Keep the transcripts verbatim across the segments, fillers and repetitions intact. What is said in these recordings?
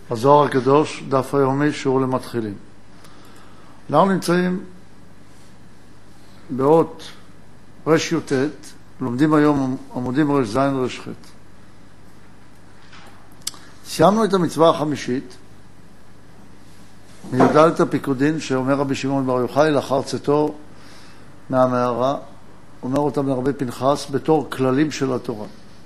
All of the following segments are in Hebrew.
הזוהר הקדוש, דף היומי, שיעור למתחילים. אנחנו נמצאים באות רש יוטט, לומדים היום עמודים רש זין רש חט. סיימנו את המצווה החמישית, מי"ד הפיקודין שאומר רבי שמעון בר יוחאי לאחר צאתו מהמערה, אומר אותם לרבי פנחס בתור כללים של התורה.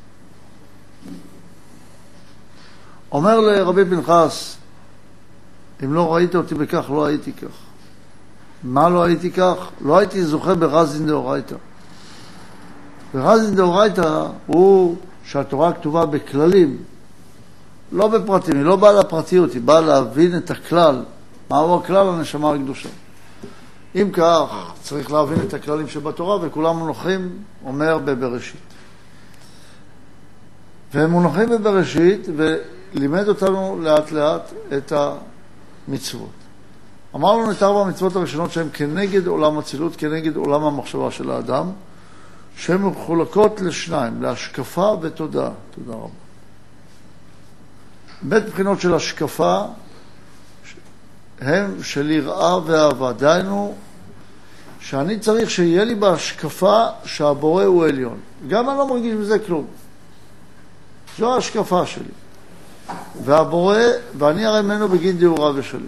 אומר לרבי פנחס, אם לא ראית אותי בכך, לא הייתי כך. מה לא הייתי כך? לא הייתי זוכה ברזין דאורייתא. ברזין דאורייתא הוא שהתורה כתובה בכללים, לא בפרטים, היא לא באה לפרטיות, היא באה להבין את הכלל. מהו הכלל? הנשמה הקדושה. אם כך, צריך להבין את הכללים שבתורה, וכולם מונחים, אומר בבראשית. והם מונחים בבראשית, ולימד אותנו לאט לאט את המצוות. אמרנו את ארבע המצוות הראשונות שהן כנגד עולם הצילות, כנגד עולם המחשבה של האדם, שהן מחולקות לשניים, להשקפה ותודעה. תודה רבה. בית בחינות של השקפה הם של יראה ואהבה. דהיינו שאני צריך שיהיה לי בהשקפה שהבורא הוא עליון. גם אני לא מרגיש בזה כלום. זו ההשקפה שלי. והבורא, ואני הרי ממנו בגין דיורה ושלי.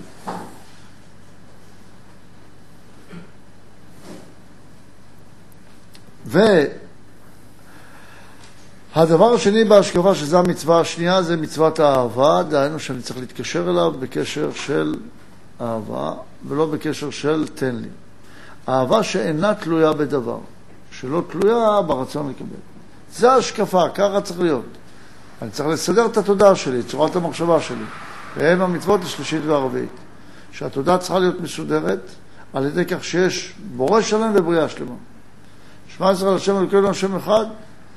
והדבר השני בהשקפה, שזו המצווה השנייה, זה מצוות האהבה. דהיינו שאני צריך להתקשר אליו בקשר של אהבה, ולא בקשר של תן לי. אהבה שאינה תלויה בדבר, שלא תלויה ברצון לקבל. זה ההשקפה, ככה צריך להיות. אני צריך לסדר את התודעה שלי, צורת המחשבה שלי. והם המצוות השלישית והרביעית. שהתודעה צריכה להיות מסודרת, על ידי כך שיש בורא שלם ובריאה שלמה. שמע ישראל השם אלוקינו השם אחד,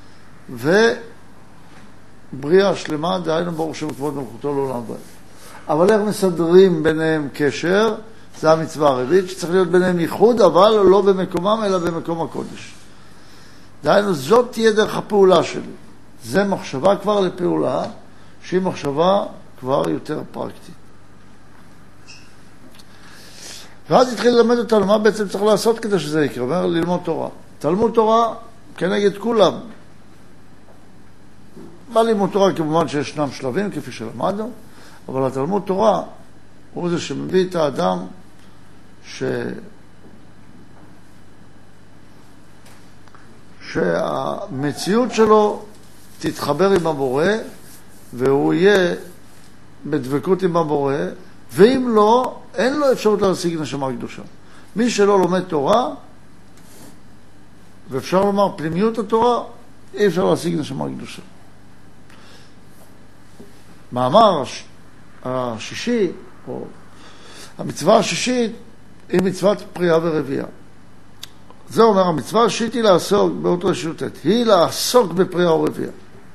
ובריאה שלמה, דהיינו ברוך שם כבוד מלכותו לעולם הבא. אבל איך מסדרים ביניהם קשר? זה המצווה הרביעית, שצריך להיות ביניהם ייחוד, אבל לא במקומם, אלא במקום הקודש. דהיינו, זאת תהיה דרך הפעולה שלי. זה מחשבה כבר לפעולה, שהיא מחשבה כבר יותר פרקטית. ואז התחיל ללמד אותנו מה בעצם צריך לעשות כדי שזה יקרה. אומר, ללמוד תורה. תלמוד תורה כנגד כולם. מה לימוד תורה? כמובן שישנם שלבים, כפי שלמדנו, אבל התלמוד תורה הוא זה שמביא את האדם ש... שהמציאות שלו תתחבר עם הבורא, והוא יהיה בדבקות עם הבורא, ואם לא, אין לו אפשרות להשיג נשמה קדושה. מי שלא לומד תורה, ואפשר לומר פנימיות התורה, אי אפשר להשיג נשמה קדושה. מאמר השישי, או המצווה השישית, היא מצוות פריאה ורבייה. זה אומר, המצווה השישית היא לעסוק, באות רש יוטט, היא לעסוק בפריאה ורבייה.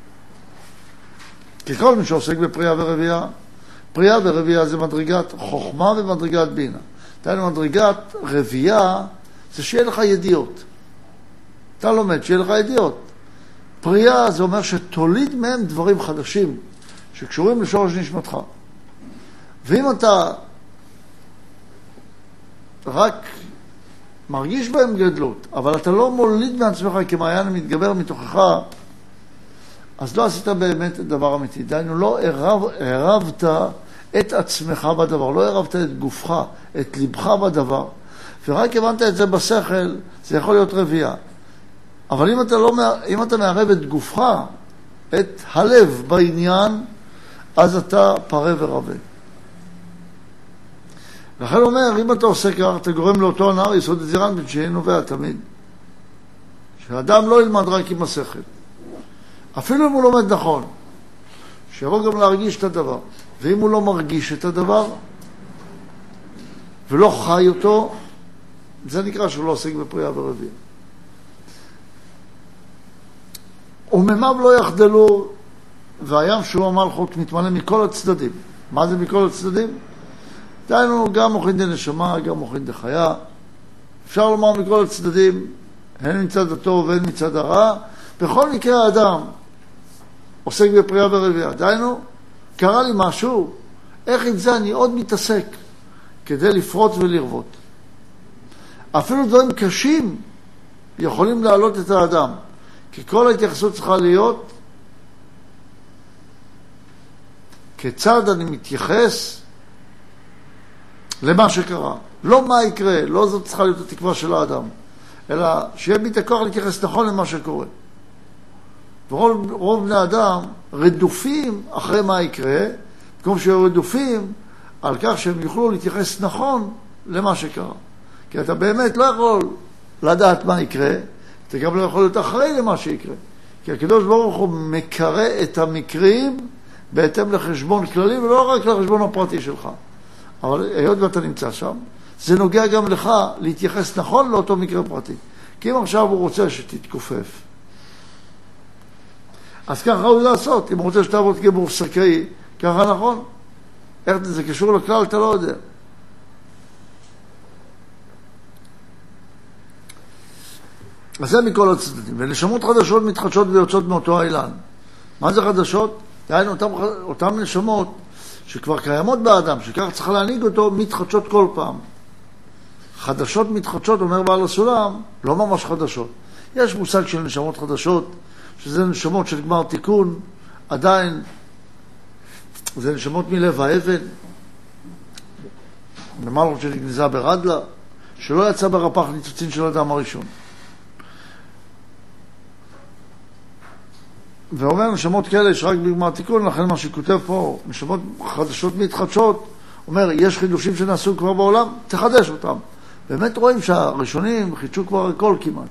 כי כל מי שעוסק בפריאה ורבייה, פריאה ורבייה זה מדרגת חוכמה ומדרגת בינה. דהיינו מדרגת רבייה זה שיהיה לך ידיעות. אתה לומד שיהיה לך ידיעות. פריאה זה אומר שתוליד מהם דברים חדשים שקשורים לשורש נשמתך. ואם אתה רק מרגיש בהם גדלות, אבל אתה לא מוליד מעצמך כמעיין מתגבר מתוכך, אז לא עשית באמת דבר אמיתי. דהיינו, לא הרב, הרבת את עצמך בדבר, לא הרבת את גופך, את לבך בדבר, ורק הבנת את זה בשכל, זה יכול להיות רבייה. אבל אם אתה, לא, אם אתה מערב את גופך, את הלב בעניין, אז אתה פרה ורבה. לכן אומר, אם אתה עושה כך, אתה גורם לאותו הנער יסוד את זירן בן שיהיה נובע תמיד. שהאדם לא ילמד רק עם השכל. אפילו אם הוא לומד נכון, שיבוא גם להרגיש את הדבר. ואם הוא לא מרגיש את הדבר, ולא חי אותו, זה נקרא שהוא לא עוסק בפריאה ורבייה. וממיו לא יחדלו, והים שהוא המלכות מתמלא מכל הצדדים. מה זה מכל הצדדים? דהיינו גם מוחין דה נשמה, גם מוחין דה חיה. אפשר לומר מכל הצדדים, הן מצד הטוב והן מצד הרע. בכל מקרה האדם עוסק בפריאה ורבייה. דהיינו, קרה לי משהו, איך עם זה אני עוד מתעסק כדי לפרוץ ולרבות. אפילו דברים קשים יכולים להעלות את האדם, כי כל ההתייחסות צריכה להיות כיצד אני מתייחס למה שקרה. לא מה יקרה, לא זאת צריכה להיות התקווה של האדם, אלא שיהיה בי את הכוח להתייחס נכון למה שקורה. ורוב רוב בני אדם רדופים אחרי מה יקרה, במקום שיהיו רדופים על כך שהם יוכלו להתייחס נכון למה שקרה. כי אתה באמת לא יכול לדעת מה יקרה, אתה גם לא יכול להיות אחראי למה שיקרה. כי הקדוש ברוך הוא מקרא את המקרים בהתאם לחשבון כללי, ולא רק לחשבון הפרטי שלך. אבל היות ואתה נמצא שם, זה נוגע גם לך להתייחס נכון לאותו מקרה פרטי. כי אם עכשיו הוא רוצה שתתכופף, אז ככה הוא לעשות. אם הוא רוצה שתעבוד כבורסקאי, ככה נכון. איך זה קשור לכלל, אתה לא יודע. אז זה מכל הצדדים. ונשמות חדשות מתחדשות ויוצאות מאותו האילן. מה זה חדשות? דהיינו, אותם, אותם נשמות שכבר קיימות באדם, שכך צריך להנהיג אותו, מתחדשות כל פעם. חדשות מתחדשות, אומר בעל הסולם, לא ממש חדשות. יש מושג של נשמות חדשות, שזה נשמות של גמר תיקון, עדיין זה נשמות מלב האבן, למעלה שנגנזה ברדלה, שלא יצא ברפח ניצוצין של האדם הראשון. ואומר נשמות כאלה יש רק בגמר תיקון, לכן מה שכותב פה, נשמות חדשות מתחדשות, אומר יש חידושים שנעשו כבר בעולם, תחדש אותם. באמת רואים שהראשונים חידשו כבר הכל כמעט.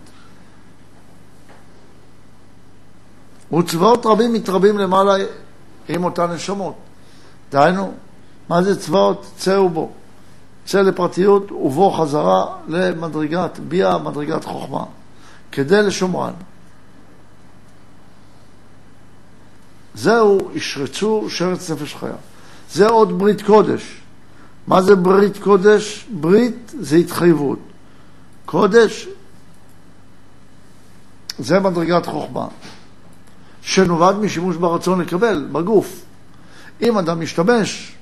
וצבאות רבים מתרבים למעלה עם אותן נשמות. דהיינו, מה זה צבאות? צאו בו. צא לפרטיות ובו חזרה למדרגת ביאה, מדרגת חוכמה, כדי לשומרן. זהו, ישרצו שרץ נפש חיה. זה עוד ברית קודש. מה זה ברית קודש? ברית זה התחייבות. קודש זה מדרגת חוכמה, שנובעת משימוש ברצון לקבל, בגוף. אם אדם משתמש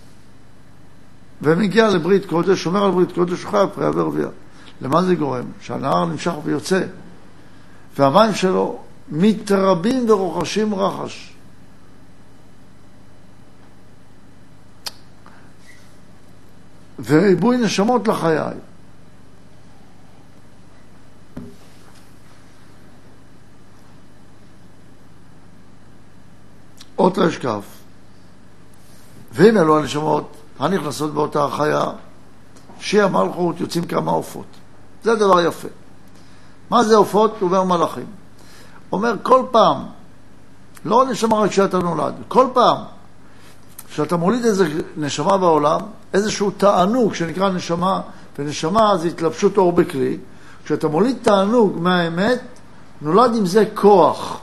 ומגיע לברית קודש, שומר על ברית קודש, הוא חייב פריה ורבייה. למה זה גורם? שהנהר נמשך ויוצא, והמים שלו מתרבים ורוחשים רחש. וריבוי נשמות לחיי. אות רשקף. ואם אלו הנשמות הנכנסות באותה החיה, שיע מלכות יוצאים כמה עופות. זה דבר יפה. מה זה עופות? הוא אומר מלאכים. אומר כל פעם, לא נשמה רק שאתה נולד, כל פעם שאתה מוליד איזה נשמה בעולם, איזשהו תענוג שנקרא נשמה, ונשמה זה התלבשות אור בכלי, כשאתה מוליד תענוג מהאמת, נולד עם זה כוח.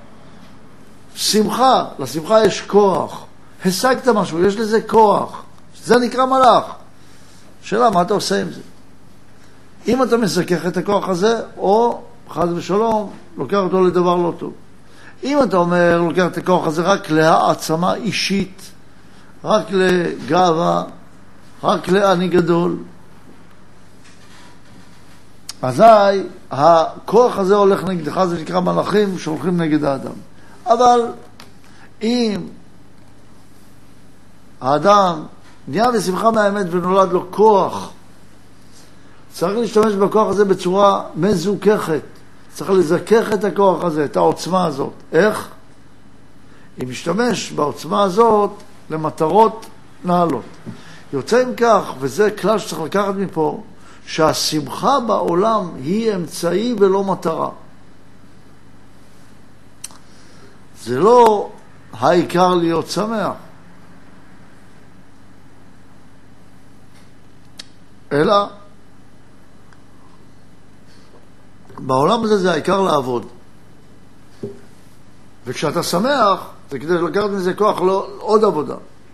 שמחה, לשמחה יש כוח. השגת משהו, יש לזה כוח. זה נקרא מלאך. שאלה, מה אתה עושה עם זה? אם אתה מסכך את הכוח הזה, או חד ושלום, לוקח אותו לדבר לא טוב. אם אתה אומר, לוקח את הכוח הזה רק להעצמה אישית, רק לגאווה, רק לעני גדול, אזי הכוח הזה הולך נגדך, זה נקרא מלאכים שהולכים נגד האדם. אבל אם האדם נהיה בשמחה מהאמת ונולד לו כוח, צריך להשתמש בכוח הזה בצורה מזוכחת. צריך לזכך את הכוח הזה, את העוצמה הזאת. איך? אם משתמש בעוצמה הזאת למטרות נעלות. יוצא עם כך, וזה כלל שצריך לקחת מפה, שהשמחה בעולם היא אמצעי ולא מטרה. זה לא העיקר להיות שמח, אלא בעולם הזה זה העיקר לעבוד. וכשאתה שמח, זה כדי לקחת מזה כוח לא, עוד עבודה.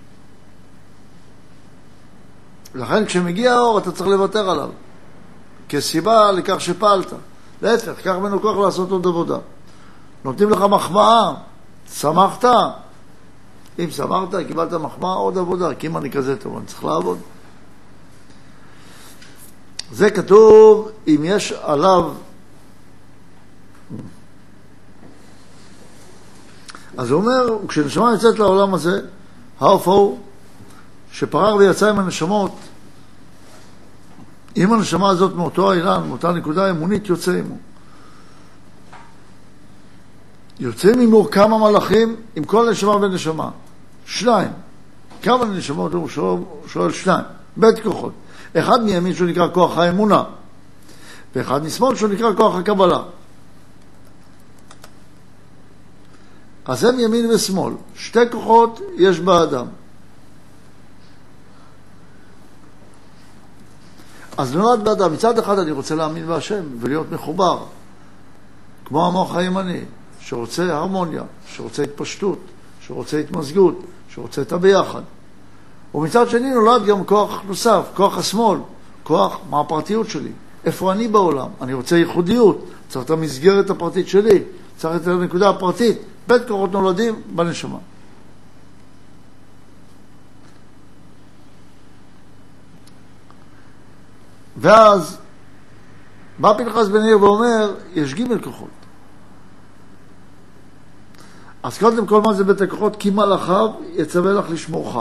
לכן כשמגיע האור אתה צריך לוותר עליו, כסיבה לכך שפעלת. להפך, קח ממנו כוח לעשות עוד עבודה. נותנים לך מחמאה, שמחת, אם סמרת, קיבלת מחמאה, עוד עבודה, כי אם אני כזה טוב, אני צריך לעבוד. זה כתוב, אם יש עליו, אז הוא אומר, כשנשמה יוצאת לעולם הזה, האוף הוא, שפרר ויצא עם הנשמות, אם הנשמה הזאת מאותו האילן, מאותה נקודה אמונית, יוצא עמו. יוצא עמו כמה מלאכים, עם כל נשמה ונשמה. שניים. כמה נשמות הוא שואל, שואל שניים. בית כוחות. אחד מימין שהוא נקרא כוח האמונה, ואחד משמאל שהוא נקרא כוח הקבלה. אז הם ימין ושמאל. שתי כוחות יש באדם. אז נולד באדם. מצד אחד אני רוצה להאמין בהשם ולהיות מחובר, כמו המוח הימני, שרוצה הרמוניה, שרוצה התפשטות, שרוצה התמזגות, שרוצה את הביחד. ומצד שני נולד גם כוח נוסף, כוח השמאל, כוח מה הפרטיות שלי, איפה אני בעולם, אני רוצה ייחודיות, צריך את המסגרת הפרטית שלי, צריך את הנקודה הפרטית. בית כוחות נולדים בנשמה. ואז בא פנחס בן עיר ואומר, יש ג' כוחות. אז קודם כל מה זה בית הכוחות? כי מלאכיו יצווה לך לשמורך.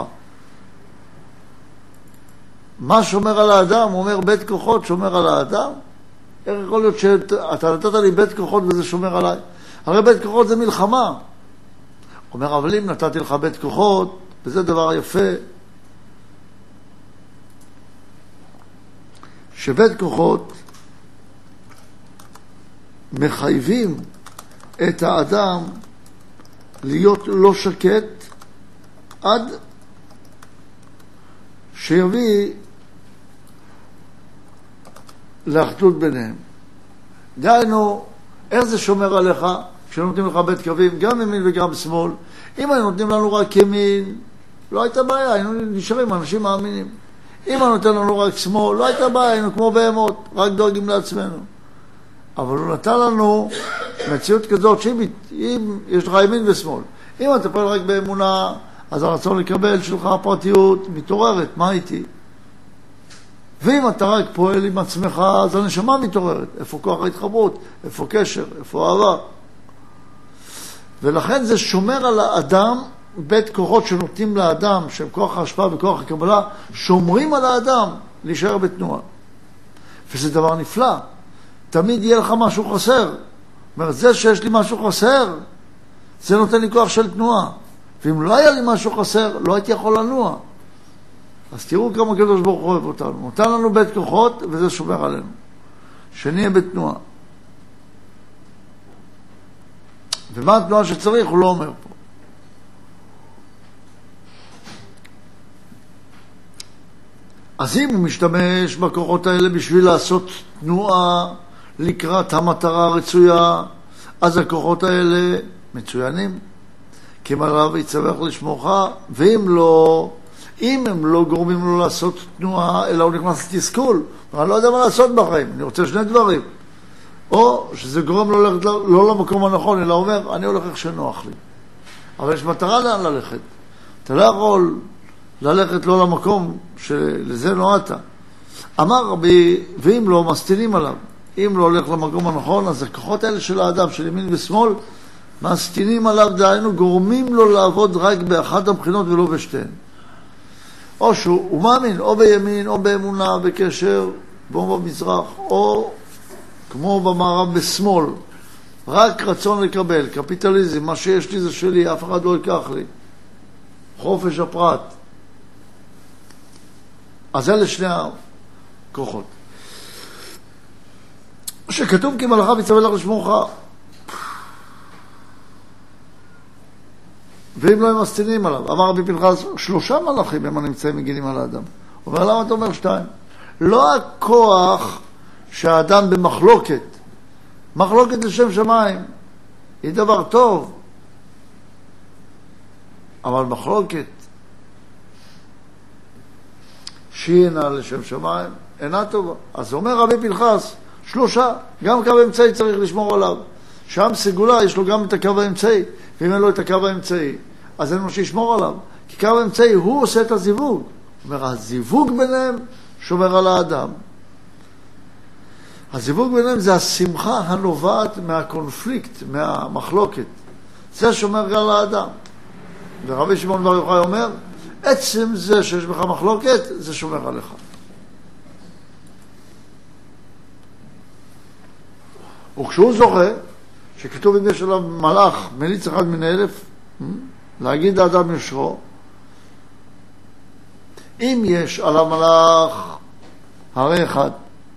מה שומר על האדם? הוא אומר בית כוחות שומר על האדם. איך יכול להיות שאתה נתת לי בית כוחות וזה שומר עליי? הרי בית כוחות זה מלחמה. הוא אומר, אבל אם נתתי לך בית כוחות, וזה דבר יפה, שבית כוחות מחייבים את האדם להיות לא שקט עד שיביא לאחדות ביניהם. דהיינו, איך זה שומר עליך כשנותנים לך בית קווים, גם ימין וגם שמאל? אם היינו נותנים לנו רק ימין, לא הייתה בעיה, היינו נשארים אנשים מאמינים. אם היינו נותנים לנו רק שמאל, לא הייתה בעיה, היינו כמו בהמות, רק דואגים לעצמנו. אבל הוא נתן לנו מציאות כזאת, שאם יש לך ימין ושמאל, אם אתה פועל רק באמונה, אז הרצון לקבל שלך הפרטיות מתעוררת, מה איתי? ואם אתה רק פועל עם עצמך, אז הנשמה מתעוררת. איפה כוח ההתחברות? איפה קשר? איפה אהבה? ולכן זה שומר על האדם, בית כוחות שנותנים לאדם, שהם כוח ההשפעה וכוח הקבלה, שומרים על האדם להישאר בתנועה. וזה דבר נפלא. תמיד יהיה לך משהו חסר. זאת אומרת, זה שיש לי משהו חסר, זה נותן לי כוח של תנועה. ואם לא היה לי משהו חסר, לא הייתי יכול לנוע. אז תראו כמה הקדוש ברוך הוא אוהב אותנו. נותן לנו בית כוחות, וזה שומר עלינו. שנהיה בתנועה. ומה התנועה שצריך, הוא לא אומר פה. אז אם הוא משתמש בכוחות האלה בשביל לעשות תנועה לקראת המטרה הרצויה, אז הכוחות האלה מצוינים. כי מלאכיו יצווה לך לשמורך, ואם לא, אם הם לא גורמים לו לעשות תנועה, אלא הוא נכנס לתסכול, אני לא יודע מה לעשות בחיים, אני רוצה שני דברים. או שזה גורם לו ללכת לא למקום הנכון, אלא אומר, אני הולך איך שנוח לי. אבל יש מטרה לאן ללכת. אתה לא יכול ללכת לא למקום שלזה נועדת. אמר רבי, ואם לא, מסתינים עליו. אם לא הולך למקום הנכון, אז הכוחות האלה של האדם, של ימין ושמאל, מסתינים עליו, דהיינו, גורמים לו לעבוד רק באחת הבחינות ולא בשתיהן. או שהוא מאמין, או בימין, או באמונה, בקשר, או במזרח, או כמו במערב בשמאל, רק רצון לקבל, קפיטליזם, מה שיש לי זה שלי, אף אחד לא ייקח לי. חופש הפרט. אז אלה שני הכוחות. שכתוב כי מלאכיו יצווה לך לשמורך. ואם לא הם מסתינים עליו, אמר רבי פנחס, שלושה מלאכים הם הנמצאים מגינים על האדם. הוא אומר, למה אתה אומר שתיים? לא הכוח שהאדם במחלוקת, מחלוקת לשם שמיים, היא דבר טוב, אבל מחלוקת שהיא אינה לשם שמיים, אינה טובה. אז אומר רבי פנחס, שלושה, גם קו האמצעי צריך לשמור עליו. שם סגולה יש לו גם את הקו האמצעי, ואם אין לו את הקו האמצעי, אז אין לו שישמור עליו. כי קו האמצעי, הוא עושה את הזיווג. זאת אומרת, הזיווג ביניהם שומר על האדם. הזיווג ביניהם זה השמחה הנובעת מהקונפליקט, מהמחלוקת. זה שומר על האדם. ורבי שמעון בר יוחאי אומר, עצם זה שיש בך מחלוקת, זה שומר עליך. וכשהוא זוכה, שכתוב אם יש עליו מלאך, מליץ אחד מן אלף, להגיד לאדם ישרו, אם יש עליו מלאך, הרי אחד,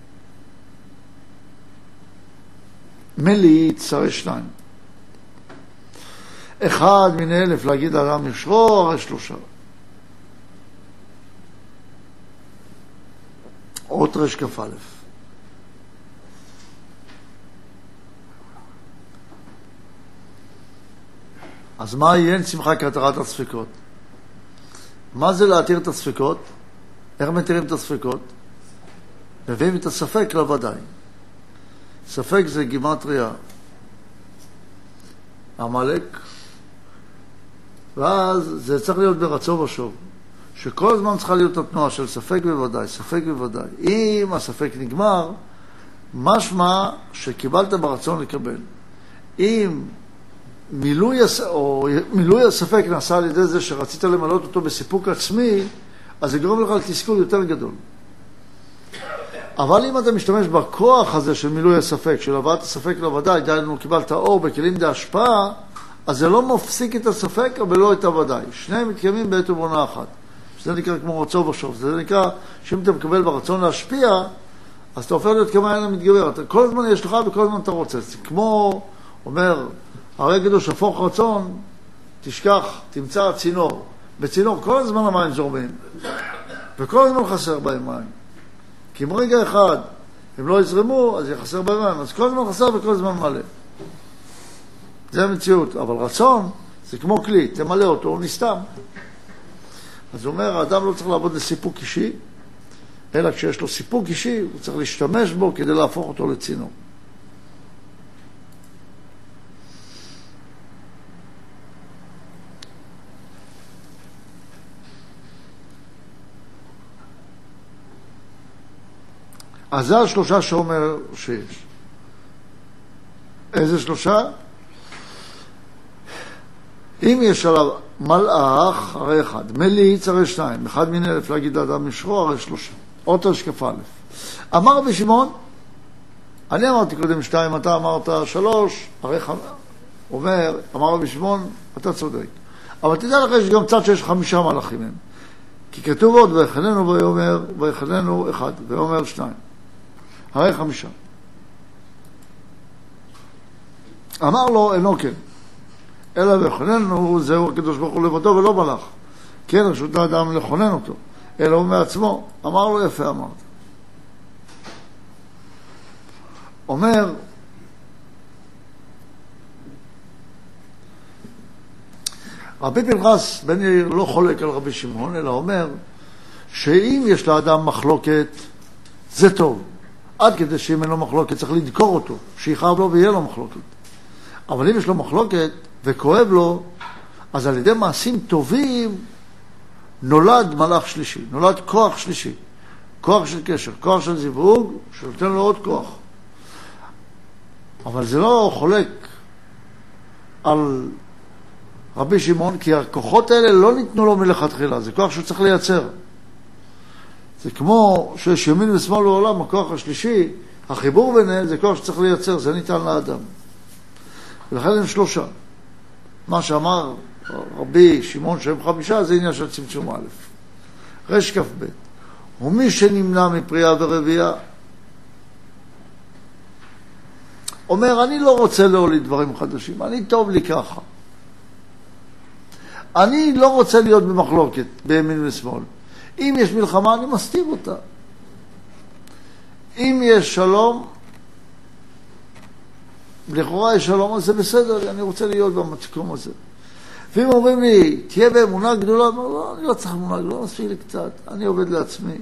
מליץ הרי שניים. אחד מן אלף להגיד לאדם ישרו, הרי שלושה. אות רש כ"א. אז מה יהיה אין שמחה כהתרת הספקות? מה זה להתיר את הספקות? איך מתירים את הספקות? מביאים את הספק לוודאי. ספק זה גימטריה עמלק, ואז זה צריך להיות ברצון ושוב, שכל הזמן צריכה להיות התנועה של ספק בוודאי, ספק בוודאי. אם הספק נגמר, משמע שקיבלת ברצון לקבל. אם מילוי, הס... או מילוי הספק נעשה על ידי זה שרצית למלות אותו בסיפוק עצמי, אז זה גורם לך לתסכול יותר גדול. אבל אם אתה משתמש בכוח הזה של מילוי הספק, של הבאת הספק לוודאי, דיינו קיבלת אור בכלים דה השפעה, אז זה לא מפסיק את הספק ולא את הוודאי. שניהם מתקיימים בעת ובעונה אחת. שזה נקרא כמו רצון ושוב. זה נקרא שאם אתה מקבל ברצון להשפיע, אז אתה הופך להיות כמה אלה מתגבר. אתה, כל הזמן יש לך וכל הזמן אתה רוצה. זה כמו, אומר, הרי גדול שפוך רצון, תשכח, תמצא צינור. בצינור כל הזמן המים זורמים. וכל הזמן חסר בהם מים. כי אם רגע אחד הם לא יזרמו, אז יחסר בהם מים. אז כל הזמן חסר וכל הזמן מלא. זה המציאות. אבל רצון זה כמו כלי, תמלא אותו, הוא נסתם. אז הוא אומר, האדם לא צריך לעבוד לסיפוק אישי, אלא כשיש לו סיפוק אישי, הוא צריך להשתמש בו כדי להפוך אותו לצינור. אז זה השלושה שאומר שיש. איזה שלושה? אם יש עליו מלאך, הרי אחד. מליץ, הרי שניים. אחד מן אלף להגיד לאדם ישרו, הרי שלושה. אות השקפה א'. אמר רבי שמעון, אני אמרתי קודם שתיים, אתה אמרת שלוש, הרי חמש. אומר, אמר רבי שמעון, אתה צודק. אבל תדע לך, יש גם צד שיש חמישה מלאכים הם. כי כתוב עוד, ויחננו ויאמר, ויחננו אחד, ויאמר שניים. הרי חמישה. אמר לו, אינו כן. אלא ויחננו, זהו הקדוש ברוך הוא לבדו ולא מלאך. כן, רשות האדם לכונן אותו. אלא הוא מעצמו. אמר לו, יפה אמרת. אומר, רבי פנחס בן יאיר לא חולק על רבי שמעון, אלא אומר שאם יש לאדם מחלוקת, זה טוב. עד כדי שאם אין לו מחלוקת צריך לדקור אותו, שיחב לו ויהיה לו מחלוקת. אבל אם יש לו מחלוקת וכואב לו, אז על ידי מעשים טובים נולד מלאך שלישי, נולד כוח שלישי, כוח של קשר, כוח של זיווג, שנותן לו עוד כוח. אבל זה לא חולק על רבי שמעון, כי הכוחות האלה לא ניתנו לו מלכתחילה, זה כוח שהוא צריך לייצר. זה כמו שיש ימין ושמאל לעולם, הכוח השלישי, החיבור ביניהם זה כוח שצריך לייצר, זה ניתן לאדם. ולכן הם שלושה. מה שאמר רבי שמעון שהם חמישה, זה עניין של צמצום א'. רש כף ב'. ומי שנמנע מפרייה ורבייה, אומר, אני לא רוצה להוליד דברים חדשים, אני טוב לי ככה. אני לא רוצה להיות במחלוקת בימין ושמאל. אם יש מלחמה, אני מסתיר אותה. אם יש שלום, לכאורה יש שלום, אז זה בסדר, אני רוצה להיות במקום הזה. ואם אומרים לי, תהיה באמונה גדולה, אני אומר, לא, אני לא צריך אמונה גדולה, מספיק לי קצת, אני עובד לעצמי.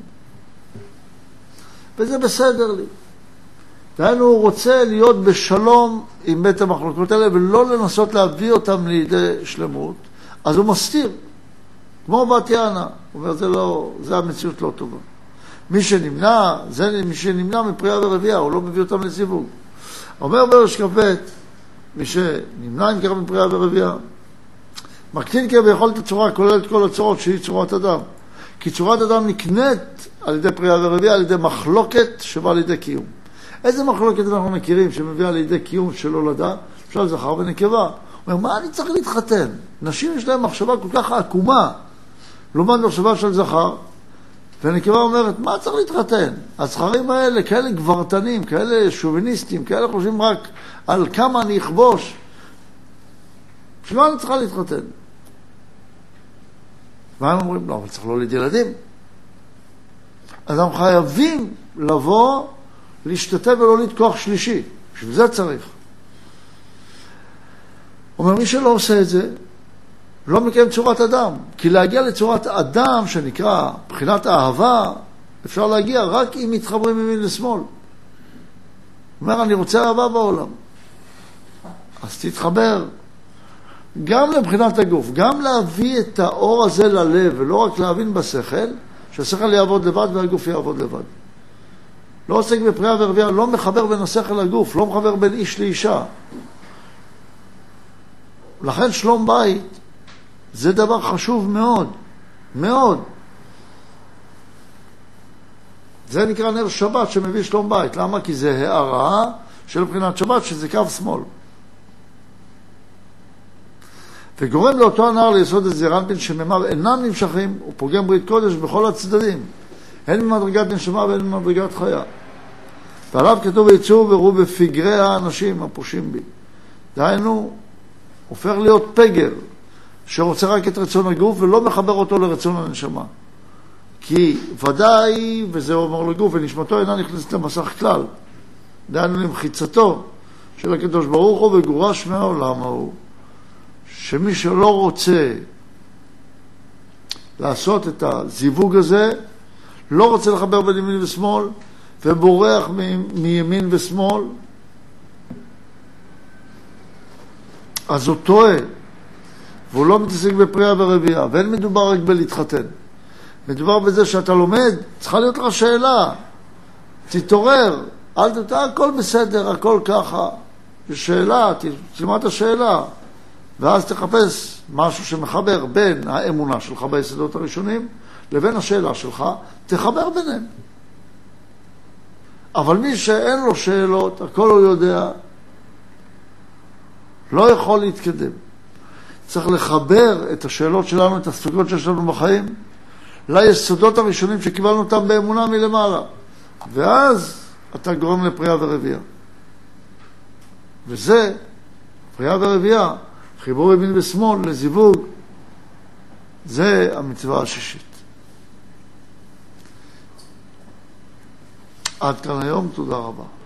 וזה בסדר לי. דהיינו, הוא רוצה להיות בשלום עם בית המחלוקות האלה, ולא לנסות להביא אותם לידי שלמות, אז הוא מסתיר. כמו בת יענה. הוא אומר, זה לא, זה המציאות לא טובה. מי שנמנע, זה מי שנמנע מפרייה ורבייה, הוא לא מביא אותם לזיווג. אומר ברש כ"ב, מי שנמנע עם כך מפרייה ורבייה, מקטין כביכול את הצורה, כולל את כל הצורות שהיא צורת אדם. כי צורת אדם נקנית על ידי פרייה ורבייה, על ידי מחלוקת שבא לידי קיום. איזה מחלוקת אנחנו מכירים שמביאה לידי קיום של הולדה? למשל זכר ונקבה. הוא אומר, מה אני צריך להתחתן? נשים יש להם מחשבה כל כך עקומה, לעומת מחשבה של זכר, ונקבה אומרת, מה צריך להתחתן? הזכרים האלה, כאלה גברתנים, כאלה שוביניסטים, כאלה חושבים רק על כמה אני אכבוש. בשביל מה אני צריכה להתחתן? והם אומרים, לא, אבל צריך להוליד ילדים. אז אנחנו חייבים לבוא, להשתתף ולהוליד כוח שלישי. בשביל זה צריך. אומר, מי שלא עושה את זה, לא מקיים צורת אדם. כי להגיע לצורת אדם, שנקרא בחינת האהבה, אפשר להגיע רק אם מתחברים ממין לשמאל. אומר, אני רוצה אהבה בעולם. אז תתחבר. גם לבחינת הגוף, גם להביא את האור הזה ללב, ולא רק להבין בשכל, שהשכל יעבוד לבד והגוף יעבוד לבד. לא עוסק בפרייה ורבייה, לא מחבר בין השכל לגוף, לא מחבר בין איש לאישה. לכן שלום בית זה דבר חשוב מאוד, מאוד. זה נקרא נר שבת שמביא שלום בית. למה? כי זה הערה של בחינת שבת, שזה קו שמאל. וגורם לאותו הנער ליסוד את זעירנפין שממיו אינם נמשכים, הוא פוגם ברית קודש בכל הצדדים, הן ממדרגת נשמה והן ממדרגת חיה. ועליו כתוב ויצאו וראו בפגרי האנשים הפושים בי. דהיינו, הופך להיות פגר, שרוצה רק את רצון הגוף ולא מחבר אותו לרצון הנשמה. כי ודאי, וזה אומר לגוף, ונשמתו אינה נכנסת למסך כלל. דהיינו למחיצתו של הקדוש ברוך הוא וגורש מהעולם ההוא. שמי שלא רוצה לעשות את הזיווג הזה, לא רוצה לחבר בין ימין ושמאל, ובורח מ- מימין ושמאל, אז הוא טועה, והוא לא מתעסק בפרייה ורבייה, ואין מדובר רק בלהתחתן. מדובר בזה שאתה לומד, צריכה להיות לך שאלה, תתעורר, אל תתעורר, הכל בסדר, הכל ככה, יש שאלה, תלמד את השאלה, ואז תחפש משהו שמחבר בין האמונה שלך ביסודות הראשונים, לבין השאלה שלך, תחבר ביניהם. אבל מי שאין לו שאלות, הכל הוא יודע, לא יכול להתקדם. צריך לחבר את השאלות שלנו, את הספקות שיש לנו בחיים, ליסודות הראשונים שקיבלנו אותם באמונה מלמעלה. ואז אתה גורם לפרייה ורבייה. וזה, פרייה ורבייה, חיבור ימין ושמאל לזיווג, זה המצווה השישית. עד כאן היום, תודה רבה.